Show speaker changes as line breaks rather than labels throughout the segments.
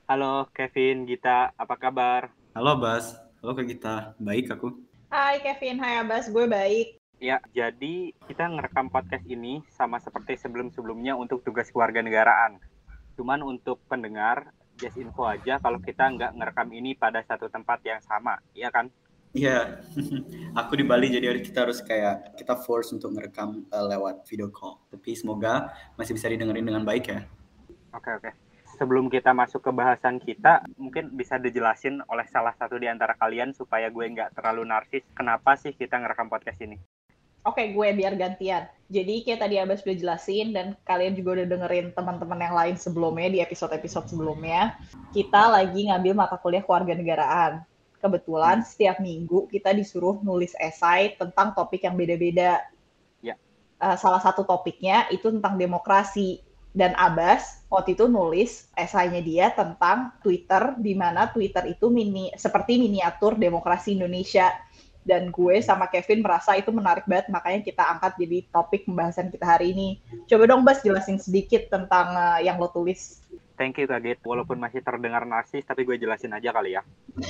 Halo Kevin, Gita, apa kabar?
Halo Bas, halo Kak Gita, baik aku.
Hai Kevin, hai Abbas, gue baik.
Ya, jadi kita ngerekam podcast ini sama seperti sebelum-sebelumnya untuk tugas kewarganegaraan. Cuman untuk pendengar, just info aja kalau kita nggak ngerekam ini pada satu tempat yang sama, iya kan?
Iya, aku di Bali jadi kita harus kayak kita force untuk ngerekam lewat video call. Tapi semoga masih bisa didengerin dengan baik ya.
Oke. Sebelum kita masuk ke bahasan kita, mungkin bisa dijelasin oleh salah satu di antara kalian supaya gue nggak terlalu narsis, kenapa sih kita ngerekam podcast ini?
Oke, gue biar gantian. Jadi kayak tadi Abbas udah jelasin dan kalian juga udah dengerin teman-teman yang lain sebelumnya di episode-episode sebelumnya, kita lagi ngambil mata kuliah kewarganegaraan. Kebetulan setiap minggu kita disuruh nulis esai tentang topik yang beda-beda.
Ya.
Salah satu topiknya itu tentang demokrasi. Dan Abbas waktu itu nulis esainya dia tentang Twitter, di mana Twitter itu seperti miniatur demokrasi Indonesia. Dan gue sama Kevin merasa itu menarik banget, makanya kita angkat jadi topik pembahasan kita hari ini. Coba dong Bas jelasin sedikit tentang yang lo tulis.
Thank you Kak Git, walaupun masih terdengar narsis, tapi gue jelasin aja kali ya.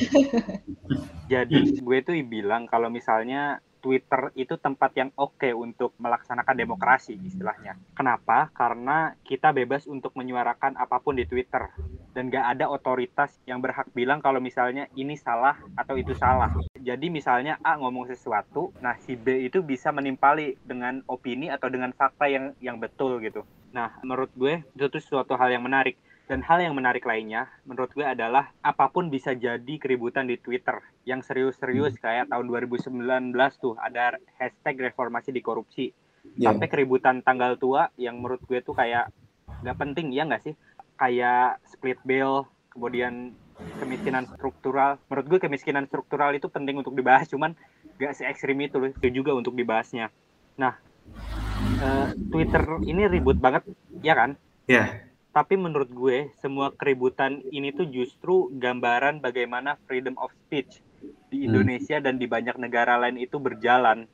Jadi gue tuh bilang kalau misalnya Twitter itu tempat yang oke untuk melaksanakan demokrasi istilahnya. Kenapa? Karena kita bebas untuk menyuarakan apapun di Twitter. Dan gak ada otoritas yang berhak bilang kalau misalnya ini salah atau itu salah. Jadi misalnya A ngomong sesuatu, nah si B itu bisa menimpali dengan opini atau dengan fakta yang betul gitu. Nah menurut gue itu tuh suatu hal yang menarik. Dan hal yang menarik lainnya, menurut gue adalah apapun bisa jadi keributan di Twitter. Yang serius-serius kayak tahun 2019 tuh ada hashtag reformasi di korupsi. Sampai keributan tanggal tua yang menurut gue tuh kayak gak penting, ya gak sih? Kayak split bill, kemudian kemiskinan struktural. Menurut gue kemiskinan struktural itu penting untuk dibahas, cuman gak se-ekstrim itu juga untuk dibahasnya. Nah, Twitter ini ribut banget, ya kan?
Iya.
Tapi menurut gue, semua keributan ini tuh justru gambaran bagaimana freedom of speech di Indonesia dan di banyak negara lain itu berjalan.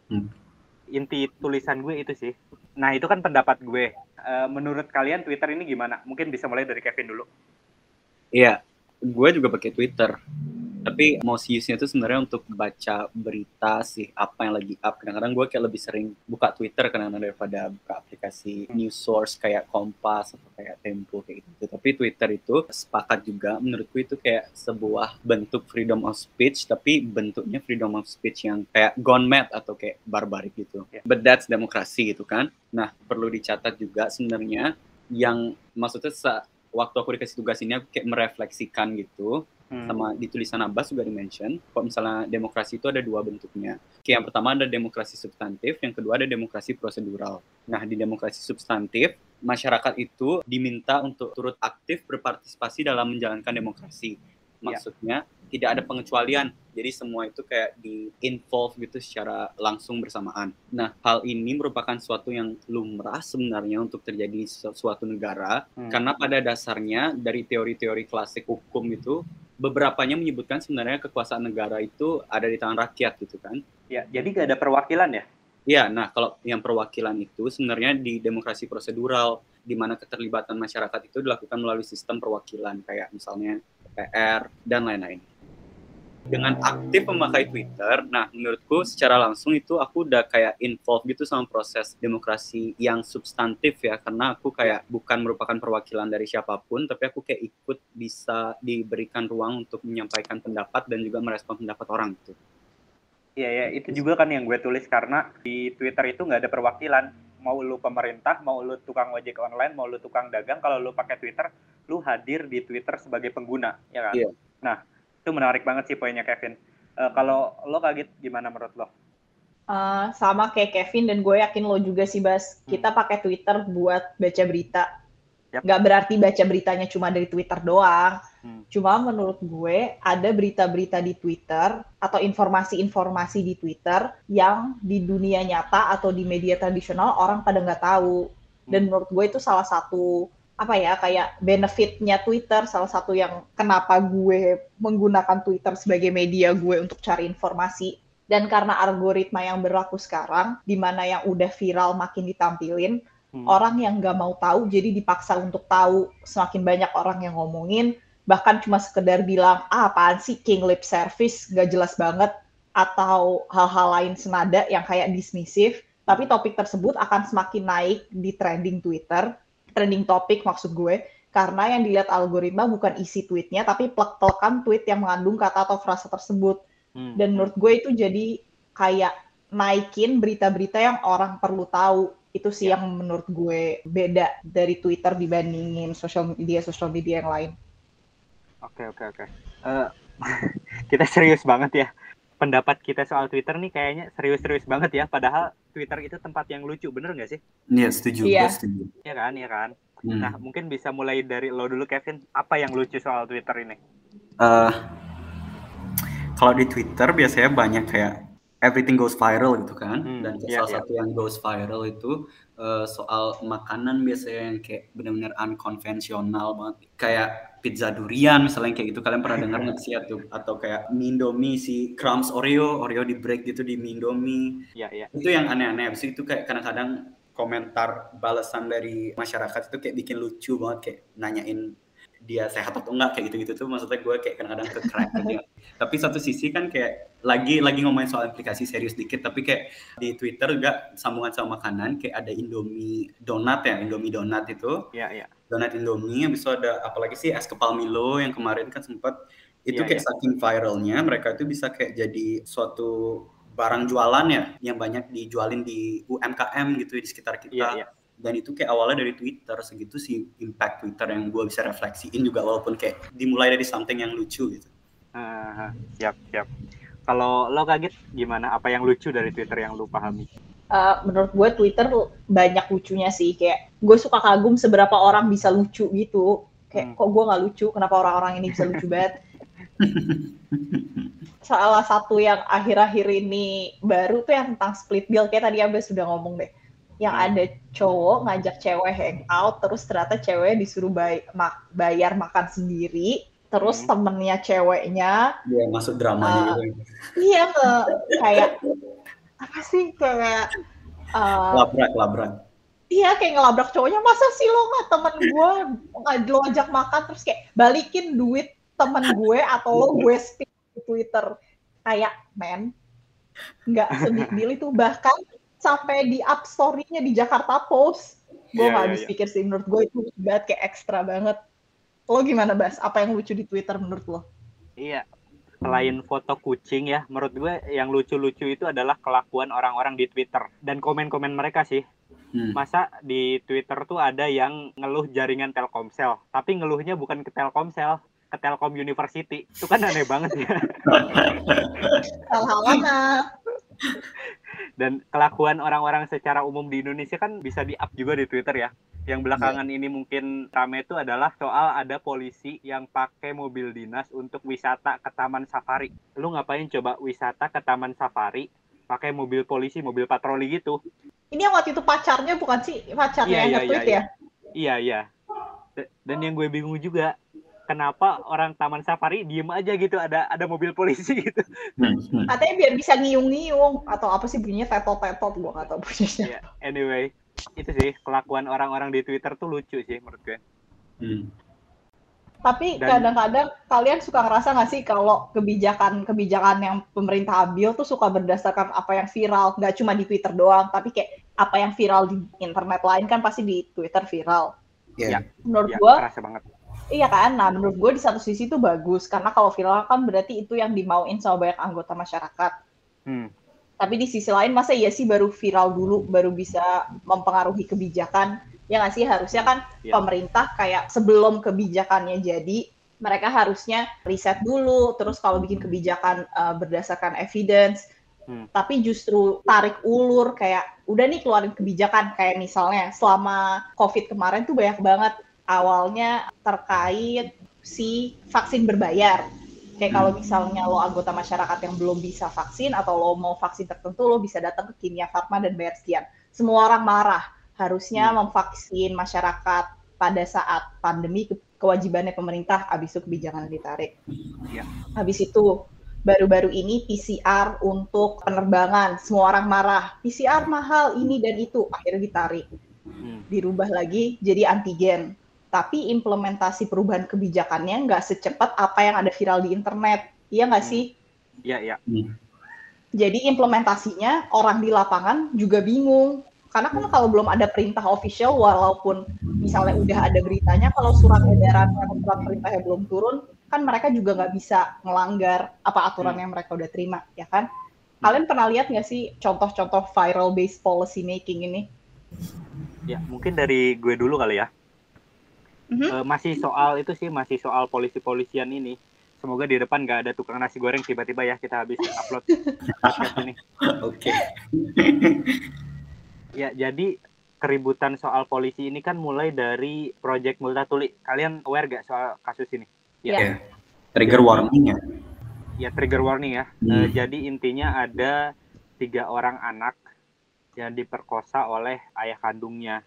Inti tulisan gue itu sih. Nah, itu kan pendapat gue. Menurut kalian Twitter ini gimana? Mungkin bisa mulai dari Kevin dulu.
Iya, gue juga pakai Twitter. Tapi most use-nya itu sebenarnya untuk baca berita sih, apa yang lagi up. Kadang-kadang gue kayak lebih sering buka Twitter kadang-kadang daripada buka aplikasi news source kayak Kompas atau kayak Tempo kayak gitu. Tapi Twitter itu sepakat juga menurutku itu kayak sebuah bentuk freedom of speech, tapi bentuknya freedom of speech yang kayak gone mad atau kayak barbarik gitu. But that's demokrasi gitu kan. Nah, perlu dicatat juga sebenarnya yang maksudnya waktu aku dikasih tugas ini aku kayak merefleksikan gitu. Sama di tulisan Abbas juga di-mention, kalau misalnya demokrasi itu ada dua bentuknya. Yang pertama ada demokrasi substantif, yang kedua ada demokrasi prosedural. Nah, di demokrasi substantif, masyarakat itu diminta untuk turut aktif berpartisipasi dalam menjalankan demokrasi. Maksudnya, tidak ada pengecualian. Jadi semua itu kayak di-involve gitu secara langsung bersamaan. Nah, hal ini merupakan suatu yang lumrah sebenarnya untuk terjadi di suatu negara, karena pada dasarnya dari teori-teori klasik hukum itu, beberapanya menyebutkan sebenarnya kekuasaan negara itu ada di tangan rakyat gitu kan.
Ya, jadi gak ada perwakilan ya?
Iya, nah kalau yang perwakilan itu sebenarnya di demokrasi prosedural, di mana keterlibatan masyarakat itu dilakukan melalui sistem perwakilan, kayak misalnya DPR dan lain-lain. Dengan aktif memakai Twitter, nah menurutku secara langsung itu aku udah kayak involved gitu sama proses demokrasi yang substantif ya, karena aku kayak bukan merupakan perwakilan dari siapapun, tapi aku kayak ikut bisa diberikan ruang untuk menyampaikan pendapat dan juga merespon pendapat orang gitu.
Iya, itu juga kan yang gue tulis karena di Twitter itu nggak ada perwakilan. Mau lu pemerintah, mau lu tukang ojek online, mau lu tukang dagang, kalau lu pakai Twitter, lu hadir di Twitter sebagai pengguna, ya kan?
Iya.
Nah, itu menarik banget sih poinnya Kevin. Kalau lo kaget gimana menurut lo?
Sama kayak Kevin dan gue yakin lo juga sih Bas, kita pakai Twitter buat baca berita. Nggak berarti baca beritanya cuma dari Twitter doang. Cuma menurut gue ada berita-berita di Twitter atau informasi-informasi di Twitter yang di dunia nyata atau di media tradisional orang pada nggak tahu. Dan menurut gue itu salah satu kayak benefitnya Twitter, salah satu yang kenapa gue menggunakan Twitter sebagai media gue untuk cari informasi. Dan karena algoritma yang berlaku sekarang, di mana yang udah viral makin ditampilin, orang yang nggak mau tahu jadi dipaksa untuk tahu. Semakin banyak orang yang ngomongin, bahkan cuma sekedar bilang, apaan sih king lip service, nggak jelas banget, atau hal-hal lain senada yang kayak dismissive, tapi topik tersebut akan semakin naik di trending Twitter, trending topik maksud gue, karena yang dilihat algoritma bukan isi tweetnya, tapi plek-plekan tweet yang mengandung kata atau frasa tersebut. Dan menurut gue itu jadi kayak naikin berita-berita yang orang perlu tahu. Itu sih yang menurut gue beda dari Twitter dibandingin sosial media yang lain.
Oke. Kita serius banget ya. Pendapat kita soal Twitter nih kayaknya serius-serius banget ya. Padahal Twitter itu tempat yang lucu, bener nggak sih?
Iya, setuju.
Iya.
Setuju.
Iya kan. Nah, mungkin bisa mulai dari lo dulu, Kevin. Apa yang lucu soal Twitter ini?
Kalau di Twitter biasanya banyak kayak everything goes viral gitu kan. Dan salah satu yang goes viral itu soal makanan biasanya yang kayak benar-benar unkonvensional banget. Kayak pizza durian misalnya kayak gitu. Kalian pernah dengar nggak sih atau kayak mie Indomie si crumbs Oreo di break gitu di mie Indomie.
Iya.
Itu yang aneh-aneh. Habis itu kayak kadang-kadang komentar balasan dari masyarakat itu kayak bikin lucu banget, kayak nanyain dia sehat atau enggak kayak gitu-gitu tuh, maksudnya gue kayak kadang-kadang ke-crack gitu. Tapi satu sisi kan kayak lagi ngomongin soal aplikasi serius dikit, tapi kayak di Twitter juga sambungan sama makanan, kayak ada Indomie donat itu.
Iya.
Donat Indomie, habis itu ada apalagi sih es kepal Milo yang kemarin kan sempat itu kayak saking viralnya mereka itu bisa kayak jadi suatu barang jualan ya yang banyak dijualin di UMKM gitu di sekitar kita.
Iya.
Dan itu kayak awalnya dari Twitter, segitu sih impact Twitter yang gue bisa refleksiin juga, walaupun kayak dimulai dari something yang lucu gitu.
Siap. Kalau lo kaget gimana? Apa yang lucu dari Twitter yang lo pahami?
Menurut gue Twitter banyak lucunya sih, kayak gue suka kagum seberapa orang bisa lucu gitu. Kayak kok gue nggak lucu, kenapa orang-orang ini bisa lucu banget. Salah satu yang akhir-akhir ini baru tuh yang tentang split bill, kayak tadi Abes sudah ngomong deh. Yang ada cowok ngajak cewek hangout, terus ternyata cewek disuruh bayar makan sendiri, terus temennya ceweknya
masuk dramanya gitu.
Iya, kayak apa sih, kayak
labrak.
Iya, kayak ngelabrak cowoknya, masa sih lo nggak temen gue, lo ajak makan, terus kayak balikin duit temen gue atau lo gue speak di Twitter. Kayak, men, nggak sebig deal itu. Bahkan sampai di up story-nya di Jakarta Post. Gue nggak habis pikir sih, menurut gue itu banget, kayak ekstra banget. Lo gimana, Bas? Apa yang lucu di Twitter menurut lo?
Iya, selain foto kucing ya, menurut gue yang lucu-lucu itu adalah kelakuan orang-orang di Twitter. Dan komen-komen mereka sih. Masa di Twitter tuh ada yang ngeluh jaringan Telkomsel, tapi ngeluhnya bukan ke Telkomsel, ke Telkom University. Itu kan aneh banget ya.
Hal-hal
Dan kelakuan orang-orang secara umum di Indonesia kan bisa di-up juga di Twitter ya. Yang belakangan ini mungkin rame itu adalah soal ada polisi yang pakai mobil dinas untuk wisata ke Taman Safari. Lu ngapain coba wisata ke Taman Safari pakai mobil polisi, mobil patroli gitu?
Ini yang waktu itu pacarnya bukan sih? Pacarnya yang nge-tweet ya?
Iya. Dan yang gue bingung juga, kenapa orang Taman Safari diem aja gitu, ada mobil polisi gitu.
Katanya biar bisa ngiung-ngiung, atau apa sih bunyinya, tetot-tetot, gue gak tau bunyinya.
Anyway, itu sih kelakuan orang-orang di Twitter tuh lucu sih menurut gue.
Tapi kadang-kadang kalian suka ngerasa nggak sih kalau kebijakan yang pemerintah ambil tuh suka berdasarkan apa yang viral, nggak cuma di Twitter doang, tapi kayak apa yang viral di internet lain kan pasti di Twitter viral. Menurut gue,
kerasa banget.
Iya kan? Nah, menurut gue di satu sisi itu bagus, karena kalau viral kan berarti itu yang dimauin sama banyak anggota masyarakat. Tapi di sisi lain, masa iya sih baru viral dulu, baru bisa mempengaruhi kebijakan? Ya nggak sih? Harusnya kan pemerintah kayak sebelum kebijakannya jadi, mereka harusnya riset dulu, terus kalau bikin kebijakan berdasarkan evidence, tapi justru tarik ulur, kayak udah nih keluarin kebijakan, kayak misalnya selama COVID kemarin tuh banyak banget awalnya terkait si vaksin berbayar. Kayak kalau misalnya lo anggota masyarakat yang belum bisa vaksin atau lo mau vaksin tertentu, lo bisa datang ke Kimia Farma dan bayar sekian. Semua orang marah. Harusnya memvaksin masyarakat pada saat pandemi, kewajibannya pemerintah, habis itu kebijakan ditarik. Habis itu baru-baru ini PCR untuk penerbangan, semua orang marah. PCR mahal ini dan itu, akhirnya ditarik. Dirubah lagi jadi antigen. tapi implementasi perubahan kebijakannya nggak secepat apa yang ada viral di internet. Iya nggak sih?
Iya.
Jadi implementasinya orang di lapangan juga bingung. Karena kan kalau belum ada perintah official, walaupun misalnya udah ada beritanya, kalau surat edaran atau surat perintahnya belum turun, kan mereka juga nggak bisa melanggar apa aturan yang mereka udah terima, ya kan? Kalian pernah lihat nggak sih contoh-contoh viral-based policy making ini?
Ya, mungkin dari gue dulu kali ya. Masih soal polisi-polisian ini. Semoga di depan nggak ada tukang nasi goreng tiba-tiba ya kita habis upload podcast ini.
Oke.
Ya, jadi keributan soal polisi ini kan mulai dari Project Multatuli. Kalian aware gak soal kasus ini?
Ya. Trigger warning ya?
Ya, trigger warning ya. Jadi intinya ada 3 orang anak yang diperkosa oleh ayah kandungnya.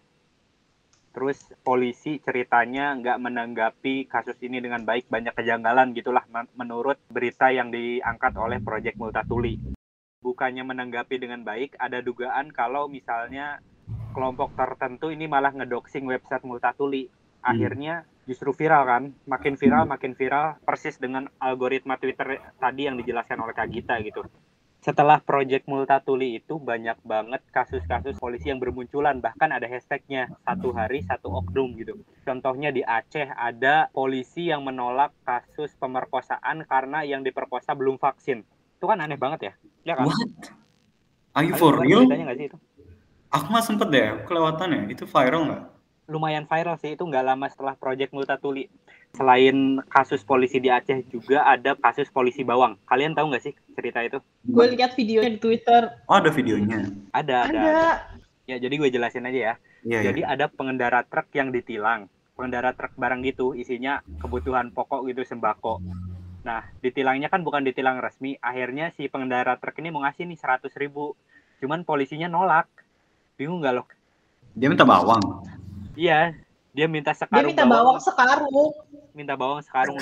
Terus polisi ceritanya nggak menanggapi kasus ini dengan baik, banyak kejanggalan gitulah menurut berita yang diangkat oleh Project Multatuli. Bukannya menanggapi dengan baik, ada dugaan kalau misalnya kelompok tertentu ini malah ngedoxing website Multatuli. Akhirnya justru viral kan, makin viral, persis dengan algoritma Twitter tadi yang dijelaskan oleh Kak Gita gitu. Setelah Project Multatuli itu banyak banget kasus-kasus polisi yang bermunculan, bahkan ada hashtagnya 1 hari 1 oknum gitu. Contohnya di Aceh ada polisi yang menolak kasus pemerkosaan karena yang diperkosa belum vaksin. Itu kan aneh banget ya? Ya kan?
What? Are you for real?
Beritanya nggak sih itu?
Aku mah sempet deh, kelewatan ya. Itu viral nggak?
Lumayan viral sih, itu nggak lama setelah Project Multatuli. Selain kasus polisi di Aceh, juga ada kasus polisi Bawang. Kalian tahu nggak sih cerita itu?
Gue lihat videonya di Twitter.
Oh, ada videonya?
Ada. Ya, jadi gue jelasin aja ya. Jadi ada pengendara truk yang ditilang. Pengendara truk barang gitu, isinya kebutuhan pokok gitu, sembako. Nah, ditilangnya kan bukan ditilang resmi. Akhirnya si pengendara truk ini mau ngasih nih 100.000. Cuman polisinya nolak. Bingung nggak lo?
Dia minta bawang?
Iya, dia minta sekarung.
Dia minta bawang sekarung.
Minta bawang sekarung.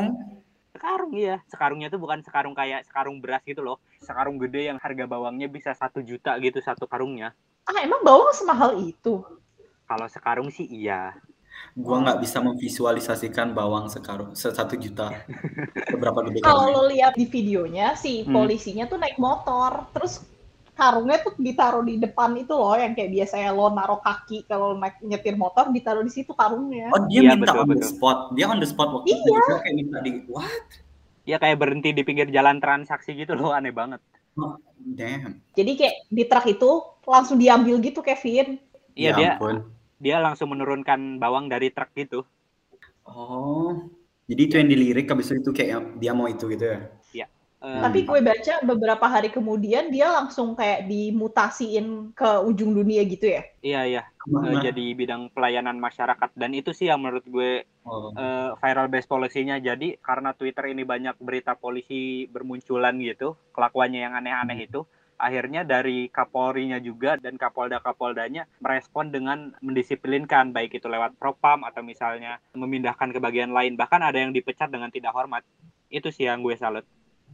Sekarung, iya. Sekarungnya tuh bukan sekarung kayak sekarung beras gitu loh. Sekarung gede yang harga bawangnya bisa 1 juta gitu satu karungnya.
Emang bawang semahal itu?
Kalau sekarung sih iya.
Gua nggak bisa memvisualisasikan bawang sekarung 1 juta. Seberapa gede?
Kalau lo lihat di videonya, si polisinya tuh naik motor, terus karungnya tuh ditaruh di depan itu loh, yang kayak biasanya lo naruh kaki kalau naik nyetir motor, ditaruh di situ karungnya.
Oh, dia minta on the spot. Dia on the spot waktu itu juga kayak minta di what?
Iya, kayak berhenti di pinggir jalan transaksi gitu loh, aneh banget.
Oh, damn.
Jadi kayak di truk itu langsung diambil gitu, Kevin.
Iya, dia langsung menurunkan bawang dari truk gitu.
Oh, jadi itu yang dilirik, habis itu kayak dia mau itu gitu ya?
Iya.
Tapi gue baca beberapa hari kemudian dia langsung kayak dimutasiin ke ujung dunia gitu ya?
Iya. Jadi bidang pelayanan masyarakat. Dan itu sih yang menurut gue viral based policy-nya. Jadi karena Twitter ini banyak berita polisi bermunculan gitu, kelakuannya yang aneh-aneh itu, akhirnya dari Kapolri-nya juga dan Kapolda-Kapoldanya merespon dengan mendisiplinkan, baik itu lewat propam atau misalnya memindahkan ke bagian lain. Bahkan ada yang dipecat dengan tidak hormat. Itu sih yang gue salut.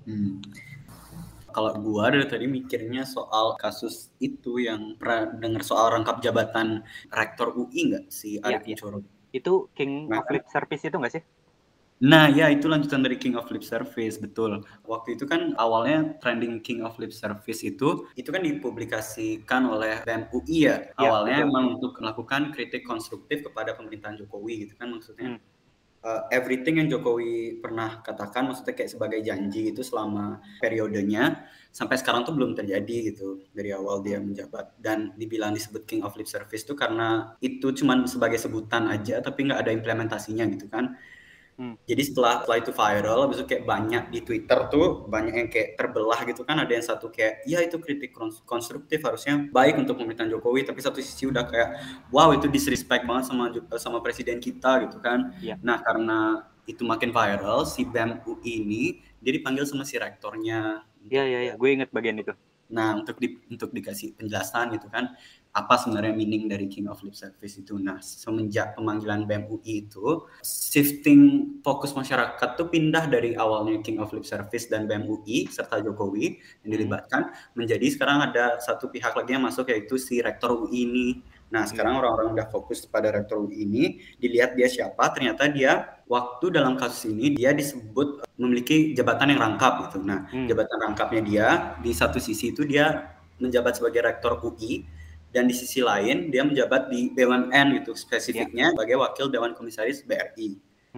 Kalau gue dari tadi mikirnya soal kasus itu yang pernah dengar soal rangkap jabatan rektor UI nggak si Arief Puncoro?
Itu King of Lip Service itu nggak sih?
Nah ya, itu lanjutan dari King of Lip Service, betul. Waktu itu kan awalnya trending King of Lip Service itu kan dipublikasikan oleh BEM UI ya. Awalnya memang untuk melakukan kritik konstruktif kepada pemerintahan Jokowi gitu kan maksudnya. Everything yang Jokowi pernah katakan maksudnya kayak sebagai janji itu selama periodenya sampai sekarang tuh belum terjadi gitu dari awal dia menjabat, dan dibilang disebut King of Lip Service tuh karena itu cuman sebagai sebutan aja tapi nggak ada implementasinya gitu kan. Jadi setelah itu viral, habis itu kayak banyak di Twitter tuh banyak yang kayak terbelah gitu kan, ada yang satu kayak ya itu kritik konstruktif harusnya baik untuk pemerintahan Jokowi, tapi satu sisi udah kayak wow itu disrespect banget sama presiden kita gitu kan. Nah karena itu makin viral, si BEM UI ini dia dipanggil sama si rektornya.
Iya, gue inget bagian itu.
Nah untuk dikasih penjelasan gitu kan apa sebenarnya meaning dari King of Lip Service itu. Nah semenjak pemanggilan BEM UI itu shifting fokus masyarakat tuh pindah dari awalnya King of Lip Service dan BEM UI serta Jokowi yang dilibatkan menjadi sekarang ada satu pihak lagi yang masuk, yaitu si rektor UI ini. Nah, sekarang orang-orang udah fokus pada rektor UI ini, dilihat dia siapa, ternyata dia waktu dalam kasus ini dia disebut memiliki jabatan yang rangkap gitu. Nah, jabatan rangkapnya dia di satu sisi itu dia menjabat sebagai rektor UI, dan di sisi lain dia menjabat di BUMN gitu, spesifiknya sebagai wakil Dewan Komisaris BRI.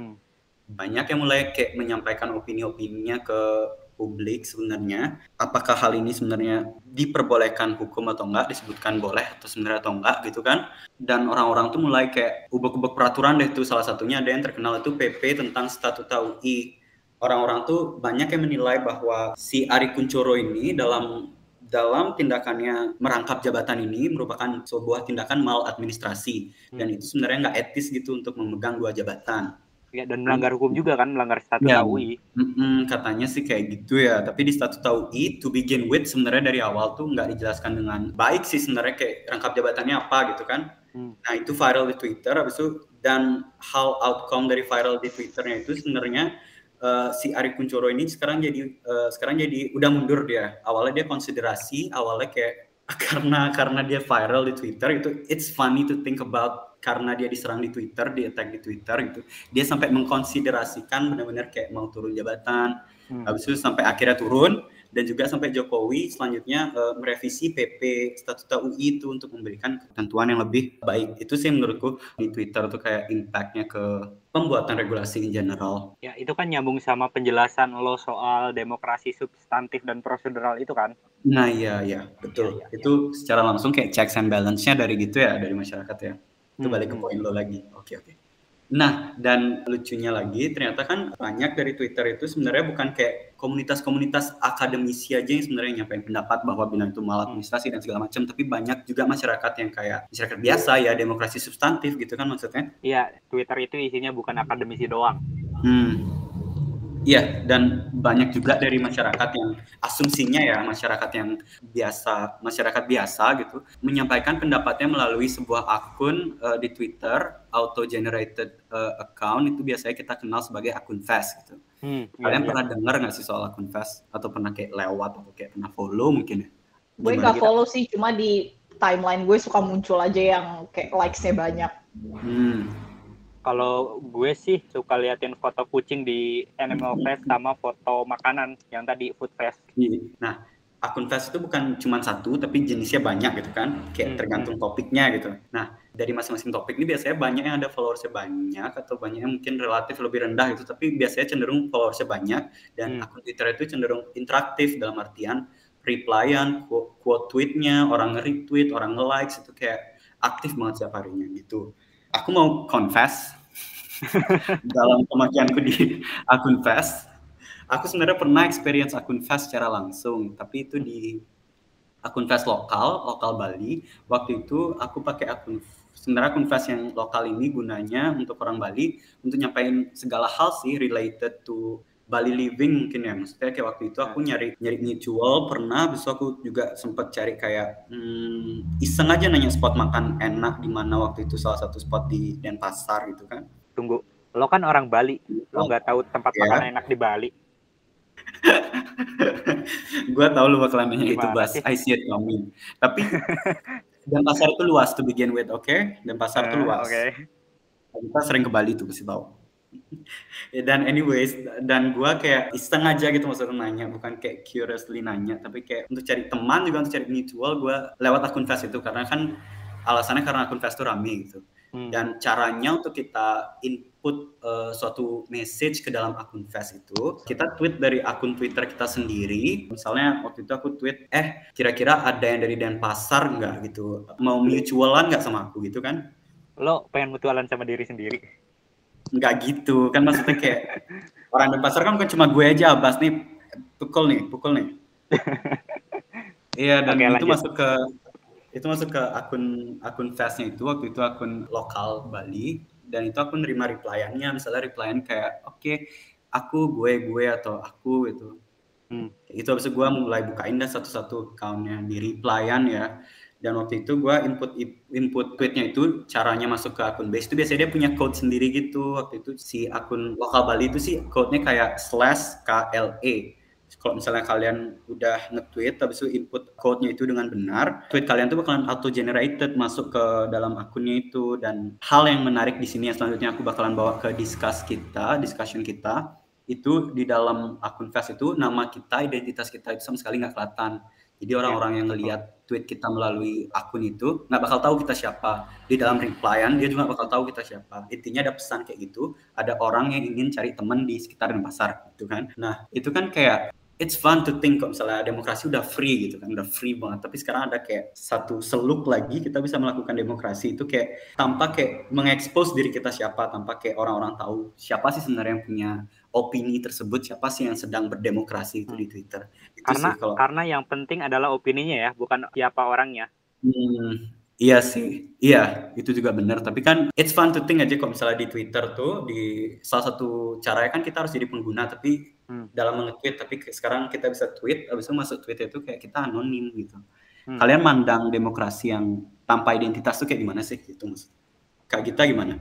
Banyak yang mulai kayak menyampaikan opini-opininya ke publik sebenarnya, apakah hal ini sebenarnya diperbolehkan hukum atau enggak, disebutkan boleh atau sebenarnya atau enggak gitu kan. Dan orang-orang tuh mulai kayak ubek-ubek peraturan deh tuh, salah satunya ada yang terkenal itu PP tentang Statuta UI. Orang-orang tuh banyak yang menilai bahwa si Ari Kunchoro ini dalam tindakannya merangkap jabatan ini merupakan sebuah tindakan maladministrasi, dan itu sebenarnya nggak etis gitu untuk memegang dua jabatan.
Ya, dan melanggar hukum juga kan, melanggar Statuta UI.
Katanya sih kayak gitu ya, tapi di Statuta UI to begin with sebenarnya dari awal tuh nggak dijelaskan dengan baik sih sebenarnya kayak rangkap jabatannya apa gitu kan. Nah itu viral di Twitter, habis itu dan hal outcome dari viral di Twitternya itu sebenarnya si Ari Kunchoro ini sekarang jadi udah mundur dia. Awalnya dia konsiderasi, awalnya kayak karena dia viral di Twitter itu, it's funny to think about, karena dia diserang di Twitter, di attack di Twitter gitu, dia sampai mengkonsiderasikan benar-benar kayak mau turun jabatan. Habis itu sampai akhirnya turun, dan juga sampai Jokowi selanjutnya merevisi PP Statuta UI itu untuk memberikan ketentuan yang lebih baik. Itu sih menurutku di Twitter tuh kayak impact-nya ke pembuatan regulasi in general.
Ya, itu kan nyambung sama penjelasan lo soal demokrasi substantif dan prosedural itu kan.
Nah iya, betul. Itu secara langsung kayak checks and balance-nya dari gitu ya, dari masyarakat ya. Itu balik ke poin lo lagi. Oke. Nah, dan lucunya lagi, ternyata kan banyak dari Twitter itu sebenarnya bukan kayak komunitas-komunitas akademisi aja yang sebenarnya nyampein pendapat bahwa bilang itu maladministrasi dan segala macam, tapi banyak juga masyarakat yang kayak masyarakat biasa ya, demokrasi substantif gitu kan maksudnya.
Iya, Twitter itu isinya bukan akademisi doang.
Iya, dan banyak juga dari masyarakat yang asumsinya ya masyarakat biasa gitu, menyampaikan pendapatnya melalui sebuah akun di Twitter, auto-generated account, itu biasanya kita kenal sebagai akun Fast gitu. Kalian pernah dengar nggak sih soal akun Fast? Atau pernah kayak lewat atau kayak pernah follow mungkin ya?
Gue nggak follow sih, cuma di timeline gue suka muncul aja yang kayak likes-nya banyak.
Kalau gue sih suka liatin foto kucing di Animal Fest sama foto makanan yang tadi Food Fest.
Nah, akun Fest itu bukan cuma satu, tapi jenisnya banyak gitu kan, kayak tergantung topiknya gitu. Nah, dari masing-masing topik ini biasanya banyak yang ada followersnya banyak, atau banyak yang mungkin relatif lebih rendah gitu, tapi biasanya cenderung followersnya banyak, dan akun Twitter itu cenderung interaktif dalam artian replyan, quote tweetnya, orang nge-retweet, orang nge-likes, itu kayak aktif banget setiap harinya gitu. Aku mau confess dalam pemakaianku di akun Fast. Aku sebenarnya pernah experience akun Fast secara langsung, tapi itu di akun Fast lokal Bali. Waktu itu aku pakai akun Fast yang lokal ini gunanya untuk orang Bali untuk nyampain segala hal sih related to Bali living mungkin ya. Maksudnya kayak waktu itu aku nyari mutual pernah, besok aku juga sempat cari kayak iseng aja nanya spot makan enak di mana waktu itu, salah satu spot di Denpasar gitu kan.
Tunggu, lo kan orang Bali, lo nggak tahu tempat makan enak di Bali?
Gue tahu lu bakalan nanya itu, Bas. I see it coming. Tapi Denpasar itu luas to begin with, oke? Denpasar itu luas. Kita sering ke Bali tuh, kasih tahu. Dan anyways, dan gue kayak iseng aja gitu maksudnya nanya, bukan kayak curiously nanya, tapi kayak untuk cari teman juga, untuk cari mutual, gue lewat akun Fast itu, karena kan alasannya karena akun Fast itu rame gitu. Dan caranya untuk kita input suatu message ke dalam akun Fast itu, kita tweet dari akun Twitter kita sendiri. Misalnya waktu itu aku tweet, kira-kira ada yang dari Denpasar nggak gitu, mau mutualan nggak sama aku gitu kan.
Lo pengen mutualan sama diri sendiri?
Nggak gitu, kan maksudnya kayak orang Denpasar kan bukan cuma gue aja, Bas nih, pukul nih. Iya, dan itu masuk ke akun Fast-nya itu, waktu itu akun lokal Bali, dan itu aku nerima replyan-nya, misalnya replyan kayak oke, aku, gue atau aku gitu. Itu habis itu gue mulai bukain dah satu-satu account-nya di replyan ya. Dan waktu itu gue input tweetnya itu, caranya masuk ke akun base itu biasanya dia punya code sendiri gitu. Waktu itu si akun lokal Bali itu sih code-nya kayak /KLE Kalau misalnya kalian udah nge-tweet, habis itu input code-nya itu dengan benar, tweet kalian tuh bakalan auto-generated masuk ke dalam akunnya itu. Dan hal yang menarik di sini yang selanjutnya aku bakalan bawa ke discussion kita, itu di dalam akun Fast itu nama kita, identitas kita itu sama sekali nggak kelihatan. Jadi orang-orang yang ngelihat tweet kita melalui akun itu nggak bakal tahu kita siapa. Di dalam replyan dia juga bakal tahu kita siapa. Intinya ada pesan kayak gitu, ada orang yang ingin cari teman di sekitar Denpasar gitu kan. Nah itu kan kayak it's fun to think kok misalnya demokrasi udah free gitu kan, udah free banget. Tapi sekarang ada kayak satu seluk lagi kita bisa melakukan demokrasi itu kayak tanpa kayak mengekspos diri kita siapa, tanpa kayak orang-orang tahu siapa sih sebenarnya yang punya opini tersebut, siapa sih yang sedang berdemokrasi itu di Twitter. Itu
karena yang penting adalah opininya ya, bukan siapa orangnya.
Iya sih, iya itu juga benar. Tapi kan it's fun to think aja kalau misalnya di Twitter tuh di salah satu caranya kan kita harus jadi pengguna, tapi dalam nge-tweet. Tapi sekarang kita bisa tweet, abis itu masuk tweet itu kayak kita anonim gitu. Kalian mandang demokrasi yang tanpa identitas tuh kayak gimana sih gitu mas? Kak Gita gimana?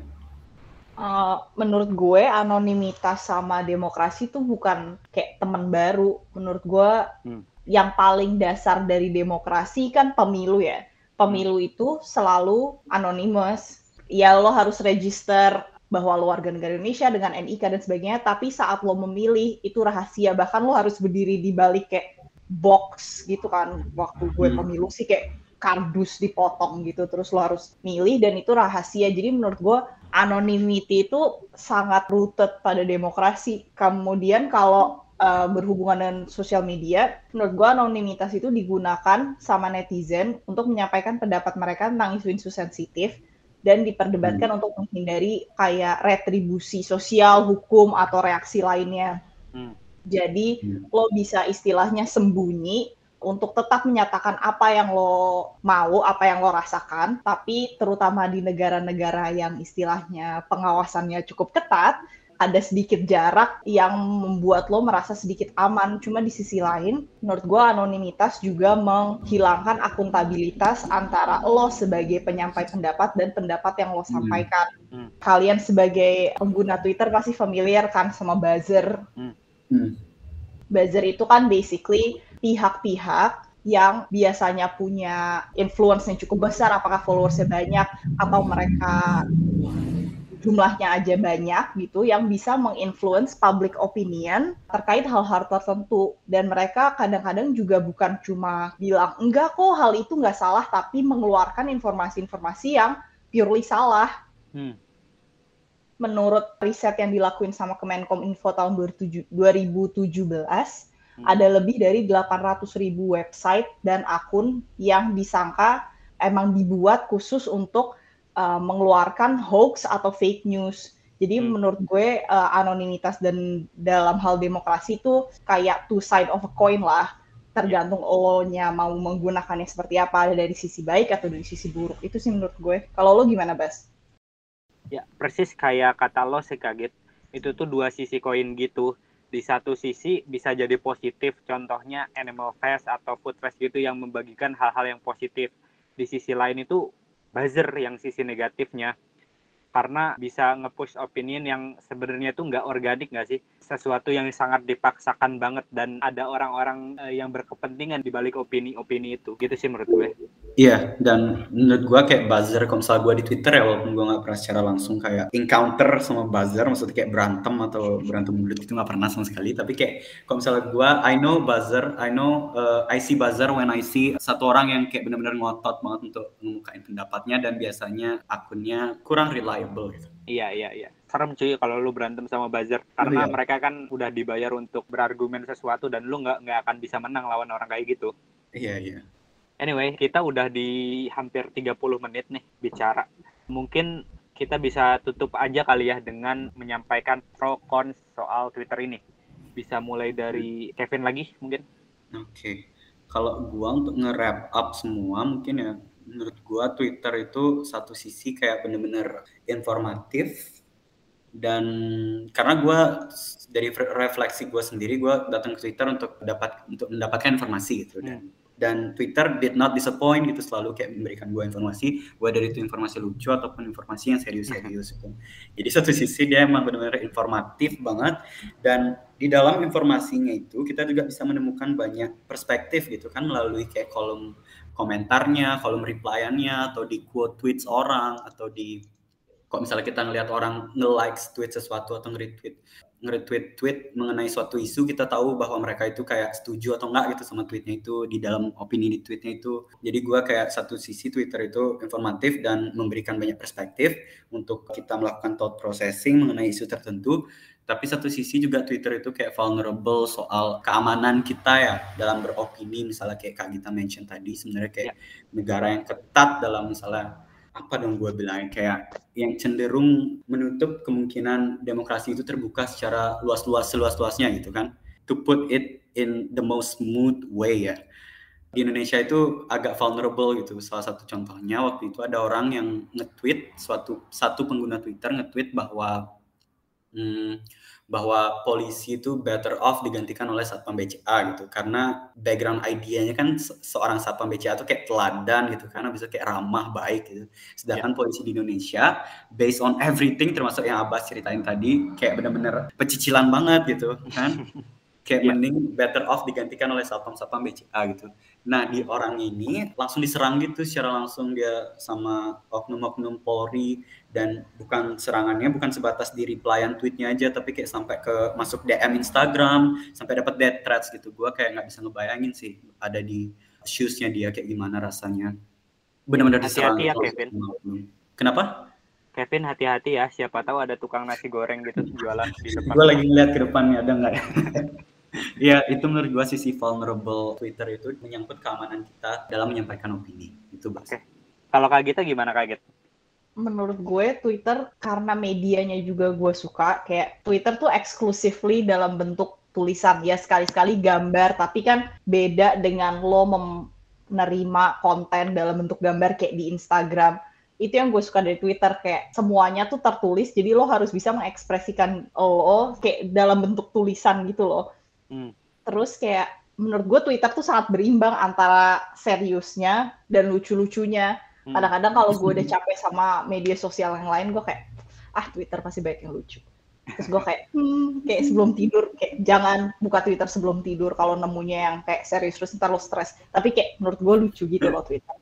Menurut gue anonimitas sama demokrasi tuh bukan kayak teman baru. Menurut gue yang paling dasar dari demokrasi kan pemilu ya. Pemilu itu selalu anonymous. Ya lo harus register bahwa lo warga negara Indonesia dengan NIK dan sebagainya, tapi saat lo memilih itu rahasia. Bahkan lo harus berdiri di balik kayak box gitu kan. Waktu gue pemilu sih kayak kardus dipotong gitu, terus lo harus milih dan itu rahasia. Jadi menurut gue anonymity itu sangat rooted pada demokrasi. Kemudian kalau berhubungan dengan sosial media, menurut gue anonimitas itu digunakan sama netizen untuk menyampaikan pendapat mereka tentang isu-isu sensitif dan diperdebatkan untuk menghindari kayak retribusi sosial, hukum, atau reaksi lainnya. Jadi lo bisa istilahnya sembunyi untuk tetap menyatakan apa yang lo mau, apa yang lo rasakan, tapi terutama di negara-negara yang istilahnya pengawasannya cukup ketat, ada sedikit jarak yang membuat lo merasa sedikit aman. Cuma di sisi lain, menurut gue anonimitas juga menghilangkan akuntabilitas antara lo sebagai penyampai pendapat dan pendapat yang lo sampaikan. Kalian sebagai pengguna Twitter pasti familiar kan sama buzzer. Buzzer itu kan basically pihak-pihak yang biasanya punya influence yang cukup besar, apakah followersnya banyak atau mereka jumlahnya aja banyak gitu, yang bisa menginfluence public opinion terkait hal-hal tertentu. Dan mereka kadang-kadang juga bukan cuma bilang, enggak kok hal itu nggak salah, tapi mengeluarkan informasi-informasi yang purely salah. Menurut riset yang dilakuin sama Kemenkominfo tahun 2017, ada lebih dari 800.000 website dan akun yang disangka emang dibuat khusus untuk mengeluarkan hoax atau fake news. Jadi menurut gue anonimitas dan dalam hal demokrasi itu kayak two side of a coin lah. Tergantung lo-nya mau menggunakannya seperti apa, dari sisi baik atau dari sisi buruk. Itu sih menurut gue. Kalau lo gimana, Bas?
Ya, persis kayak kata lo sih, Kaget. Itu tuh dua sisi koin gitu. Di satu sisi bisa jadi positif, contohnya Animal Fest atau Food Fest gitu yang membagikan hal-hal yang positif. Di sisi lain itu buzzer yang sisi negatifnya, karena bisa nge-push opinion yang sebenarnya itu nggak organik nggak sih, sesuatu yang sangat dipaksakan banget dan ada orang-orang yang berkepentingan di balik opini-opini itu, gitu sih menurut gue.
Iya, dan menurut gue kayak buzzer, kalau misalnya gue di Twitter ya, walaupun gue gak pernah secara langsung kayak encounter sama buzzer, maksudnya kayak berantem mulut itu gak pernah sama sekali, tapi kayak kalau misalnya gue, I see buzzer when I see satu orang yang kayak benar-benar ngotot banget untuk ngemukain pendapatnya dan biasanya akunnya kurang reliable gitu.
Iya. Serem cuy kalau lu berantem sama buzzer, karena mereka kan udah dibayar untuk berargumen sesuatu dan lu nggak akan bisa menang lawan orang kayak gitu.
Iya.
Anyway, kita udah di hampir 30 menit nih bicara. Mungkin kita bisa tutup aja kali ya dengan menyampaikan pro cons soal Twitter ini. Bisa mulai dari Kevin lagi mungkin.
Oke. Kalau gua untuk nge-wrap up semua mungkin ya, menurut gua Twitter itu satu sisi kayak bener-bener informatif, dan karena gua dari refleksi gua sendiri, gua datang ke Twitter untuk mendapatkan informasi gitu. Dan Twitter did not disappoint gitu, selalu kayak memberikan gue informasi, dari itu informasi lucu ataupun informasi yang serius gitu. Jadi satu sisi dia emang benar-benar informatif banget, dan di dalam informasinya itu kita juga bisa menemukan banyak perspektif gitu kan, melalui kayak kolom komentarnya, kolom reply-annya, atau di quote tweets orang, atau di kok misalnya kita ngelihat orang nge-like tweet sesuatu atau nge-retweet tweet mengenai suatu isu, kita tahu bahwa mereka itu kayak setuju atau enggak gitu sama tweetnya itu, di dalam opini di tweetnya itu. Jadi gue kayak satu sisi Twitter itu informatif dan memberikan banyak perspektif untuk kita melakukan thought processing mengenai isu tertentu, tapi satu sisi juga Twitter itu kayak vulnerable soal keamanan kita ya dalam beropini. Misalnya kayak Kak Gita mention tadi, sebenarnya kayak negara yang ketat dalam misalnya apa dong gue bilang, kayak yang cenderung menutup kemungkinan demokrasi itu terbuka secara seluas-luasnya gitu kan, to put it in the most smooth way ya. Di Indonesia itu agak vulnerable gitu. Salah satu contohnya waktu itu ada orang yang nge-tweet, satu pengguna Twitter nge-tweet bahwa polisi itu better off digantikan oleh Satpam BCA gitu, karena background idenya kan seorang Satpam BCA itu kayak teladan gitu kan, habis itu kayak ramah, baik gitu. Sedangkan polisi di Indonesia based on everything, termasuk yang Abbas ceritain tadi, kayak benar-benar pecicilan banget gitu kan. Kayak mending better off digantikan oleh Satpam BCA gitu. Nah, di orang ini langsung diserang gitu secara langsung dia sama oknum-oknum Polri, dan serangannya bukan sebatas di replyan tweetnya aja, tapi kayak sampai ke masuk DM Instagram, sampai dapat death threats gitu. Gua kayak nggak bisa ngebayangin sih ada di shoes-nya dia kayak gimana rasanya. Benar-benar diserang.
Hati-hati ya, Kevin.
Kenapa?
Kevin, hati-hati ya, siapa tahu ada tukang nasi goreng gitu jualan di depan.
Gue lagi ngeliat ke depannya, ada nggak ya? Ya, itu menurut gue sisi vulnerable Twitter itu menyangkut keamanan kita dalam menyampaikan opini. Itu Bas.
Oke. Kalau Kak Gita gimana, Kak Gita?
Menurut gue Twitter, karena medianya juga gue suka, kayak Twitter tuh exclusively dalam bentuk tulisan. Ya sekali-sekali gambar, tapi kan beda dengan lo menerima konten dalam bentuk gambar kayak di Instagram. Itu yang gue suka dari Twitter, kayak semuanya tuh tertulis, jadi lo harus bisa mengekspresikan lo kayak dalam bentuk tulisan gitu loh. Terus kayak menurut gue Twitter tuh sangat berimbang antara seriusnya dan lucu-lucunya. Kadang-kadang kalau gue udah capek sama media sosial yang lain, gue kayak, Twitter pasti banyak yang lucu. Terus gue kayak sebelum tidur, kayak jangan buka Twitter sebelum tidur kalau nemunya yang kayak serius, terus ntar lo stres. Tapi kayak menurut gue lucu gitu loh Twitter.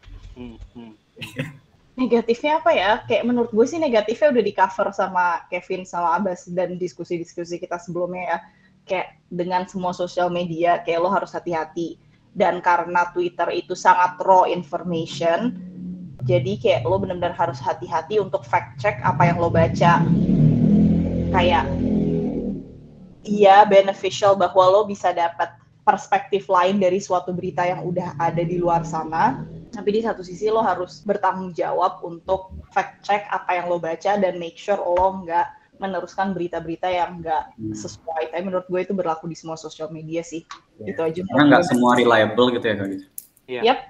Negatifnya apa ya? Kayak menurut gue sih negatifnya udah di cover sama Kevin sama Abbas dan diskusi-diskusi kita sebelumnya ya. Kayak dengan semua sosial media, kayak lo harus hati-hati. Dan karena Twitter itu sangat raw information, jadi kayak lo benar-benar harus hati-hati untuk fact check apa yang lo baca. Kayak, iya beneficial bahwa lo bisa dapat perspektif lain dari suatu berita yang udah ada di luar sana, tapi di satu sisi lo harus bertanggung jawab untuk fact check apa yang lo baca dan make sure lo nggak meneruskan berita-berita yang nggak sesuai. Tapi menurut gue itu berlaku di semua sosial media sih. Itu aja.
Karena nggak semua reliable gitu ya Kak gitu.
Iya.
Yep.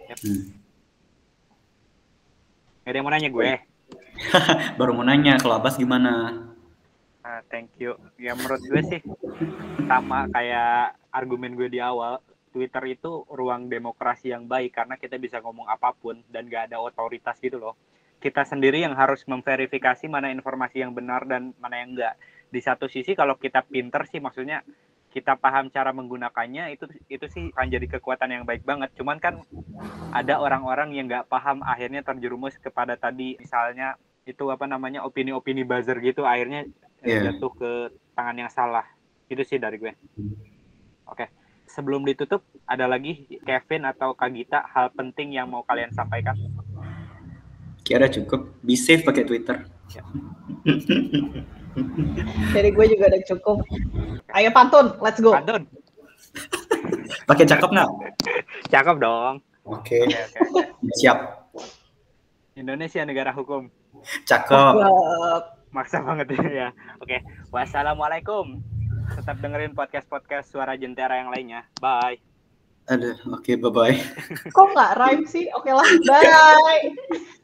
Gak ada yang mau nanya gue.
Baru mau nanya, kalau Abbas gimana?
Thank you. Ya menurut gue sih sama kayak argumen gue di awal. Twitter itu ruang demokrasi yang baik karena kita bisa ngomong apapun dan gak ada otoritas gitu loh. Kita sendiri yang harus memverifikasi mana informasi yang benar dan mana yang enggak. Di satu sisi kalau kita pinter sih, maksudnya kita paham cara menggunakannya, itu sih akan jadi kekuatan yang baik banget. Cuman kan ada orang-orang yang nggak paham, akhirnya terjerumus kepada tadi misalnya itu opini-opini buzzer gitu, akhirnya jatuh ke tangan yang salah. Itu sih dari gue. Oke. Sebelum ditutup, ada lagi Kevin atau Kak Gita hal penting yang mau kalian sampaikan?
Kira cukup, be safe pakai Twitter.
Ya.
Dari gue juga udah cukup. Ayo pantun, let's go.
Pantun.
Pakai cakep nggak?
Cakep dong.
Oke. Siap.
Indonesia negara hukum.
Cakep.
Maksa banget ya. Oke. Wassalamualaikum. Tetap dengerin podcast Suara Jentera yang lainnya. Bye.
Aduh, oke, bye-bye.
Kok nggak rhyme sih? Oke lah, bye.